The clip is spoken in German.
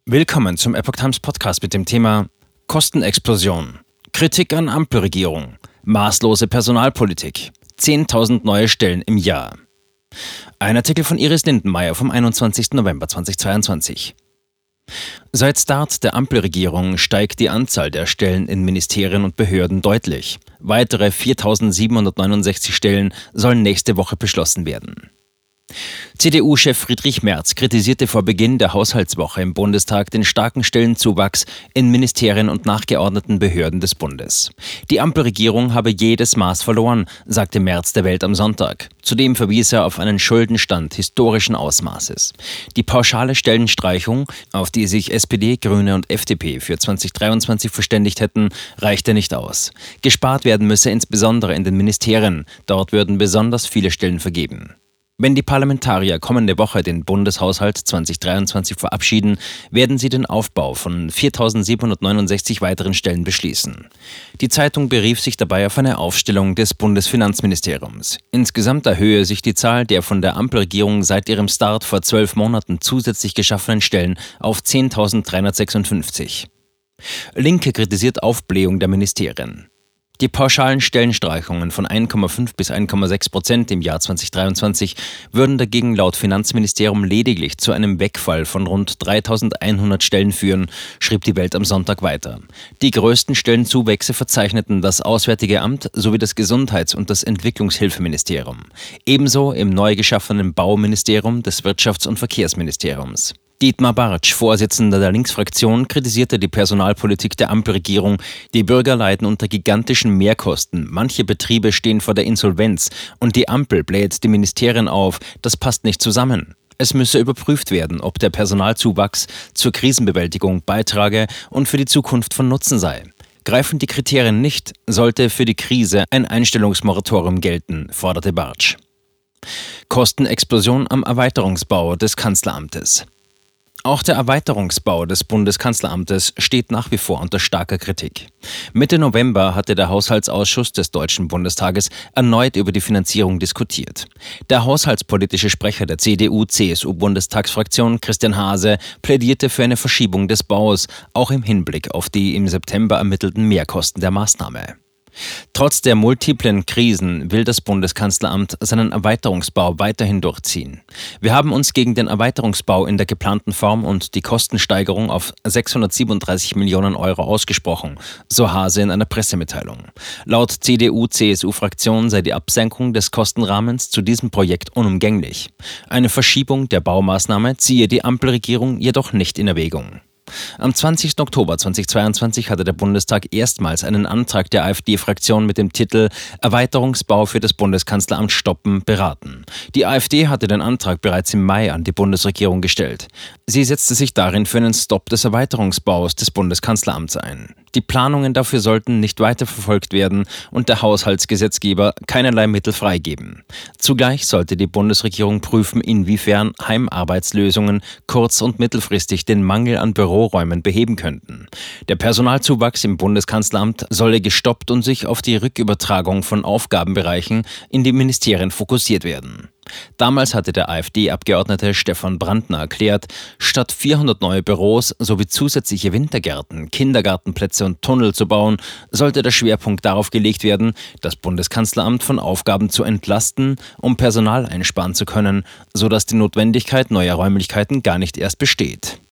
Willkommen zum Epoch Times Podcast mit dem Thema Kostenexplosion, Kritik an Ampelregierung, maßlose Personalpolitik, 10.000 neue Stellen im Jahr. Ein Artikel von Iris Lindenmayer vom 21. November 2022. Seit Start der Ampelregierung steigt die Anzahl der Stellen in Ministerien und Behörden deutlich. Weitere 4.769 Stellen sollen nächste Woche beschlossen werden. CDU-Chef Friedrich Merz kritisierte vor Beginn der Haushaltswoche im Bundestag den starken Stellenzuwachs in Ministerien und nachgeordneten Behörden des Bundes. Die Ampelregierung habe jedes Maß verloren, sagte Merz der Welt am Sonntag. Zudem verwies er auf einen Schuldenstand historischen Ausmaßes. Die pauschale Stellenstreichung, auf die sich SPD, Grüne und FDP für 2023 verständigt hätten, reichte nicht aus. Gespart werden müsse insbesondere in den Ministerien. Dort würden besonders viele Stellen vergeben. Wenn die Parlamentarier kommende Woche den Bundeshaushalt 2023 verabschieden, werden sie den Aufbau von 4.769 weiteren Stellen beschließen. Die Zeitung berief sich dabei auf eine Aufstellung des Bundesfinanzministeriums. Insgesamt erhöhe sich die Zahl der von der Ampelregierung seit ihrem Start vor 12 Monaten zusätzlich geschaffenen Stellen auf 10.356. Linke kritisiert Aufblähung der Ministerien. Die pauschalen Stellenstreichungen von 1,5 bis 1,6% im Jahr 2023 würden dagegen laut Finanzministerium lediglich zu einem Wegfall von rund 3.100 Stellen führen, schrieb die Welt am Sonntag weiter. Die größten Stellenzuwächse verzeichneten das Auswärtige Amt sowie das Gesundheits- und das Entwicklungshilfeministerium. Ebenso im neu geschaffenen Bauministerium des Wirtschafts- und Verkehrsministeriums. Dietmar Bartsch, Vorsitzender der Linksfraktion, kritisierte die Personalpolitik der Ampelregierung. Die Bürger leiden unter gigantischen Mehrkosten, manche Betriebe stehen vor der Insolvenz und die Ampel bläht die Ministerien auf, das passt nicht zusammen. Es müsse überprüft werden, ob der Personalzuwachs zur Krisenbewältigung beitrage und für die Zukunft von Nutzen sei. Greifen die Kriterien nicht, sollte für die Krise ein Einstellungsmoratorium gelten, forderte Bartsch. Kostenexplosion am Erweiterungsbau des Kanzleramtes. Auch der Erweiterungsbau des Bundeskanzleramtes steht nach wie vor unter starker Kritik. Mitte November hatte der Haushaltsausschuss des Deutschen Bundestages erneut über die Finanzierung diskutiert. Der haushaltspolitische Sprecher der CDU-CSU-Bundestagsfraktion, Christian Hase, plädierte für eine Verschiebung des Baus, auch im Hinblick auf die im September ermittelten Mehrkosten der Maßnahme. Trotz der multiplen Krisen will das Bundeskanzleramt seinen Erweiterungsbau weiterhin durchziehen. Wir haben uns gegen den Erweiterungsbau in der geplanten Form und die Kostensteigerung auf 637 Millionen Euro ausgesprochen, so Hase in einer Pressemitteilung. Laut CDU-CSU-Fraktion sei die Absenkung des Kostenrahmens zu diesem Projekt unumgänglich. Eine Verschiebung der Baumaßnahme ziehe die Ampelregierung jedoch nicht in Erwägung. Am 20. Oktober 2022 hatte der Bundestag erstmals einen Antrag der AfD-Fraktion mit dem Titel »Erweiterungsbau für das Bundeskanzleramt stoppen« beraten. Die AfD hatte den Antrag bereits im Mai an die Bundesregierung gestellt. Sie setzte sich darin für einen Stopp des Erweiterungsbaus des Bundeskanzleramts ein. Die Planungen dafür sollten nicht weiterverfolgt werden und der Haushaltsgesetzgeber keinerlei Mittel freigeben. Zugleich sollte die Bundesregierung prüfen, inwiefern Heimarbeitslösungen kurz- und mittelfristig den Mangel an Büroräumen beheben könnten. Der Personalzuwachs im Bundeskanzleramt solle gestoppt und sich auf die Rückübertragung von Aufgabenbereichen in die Ministerien fokussiert werden. Damals hatte der AfD-Abgeordnete Stefan Brandner erklärt, statt 400 neue Büros sowie zusätzliche Wintergärten, Kindergartenplätze und Tunnel zu bauen, sollte der Schwerpunkt darauf gelegt werden, das Bundeskanzleramt von Aufgaben zu entlasten, um Personal einsparen zu können, sodass die Notwendigkeit neuer Räumlichkeiten gar nicht erst besteht.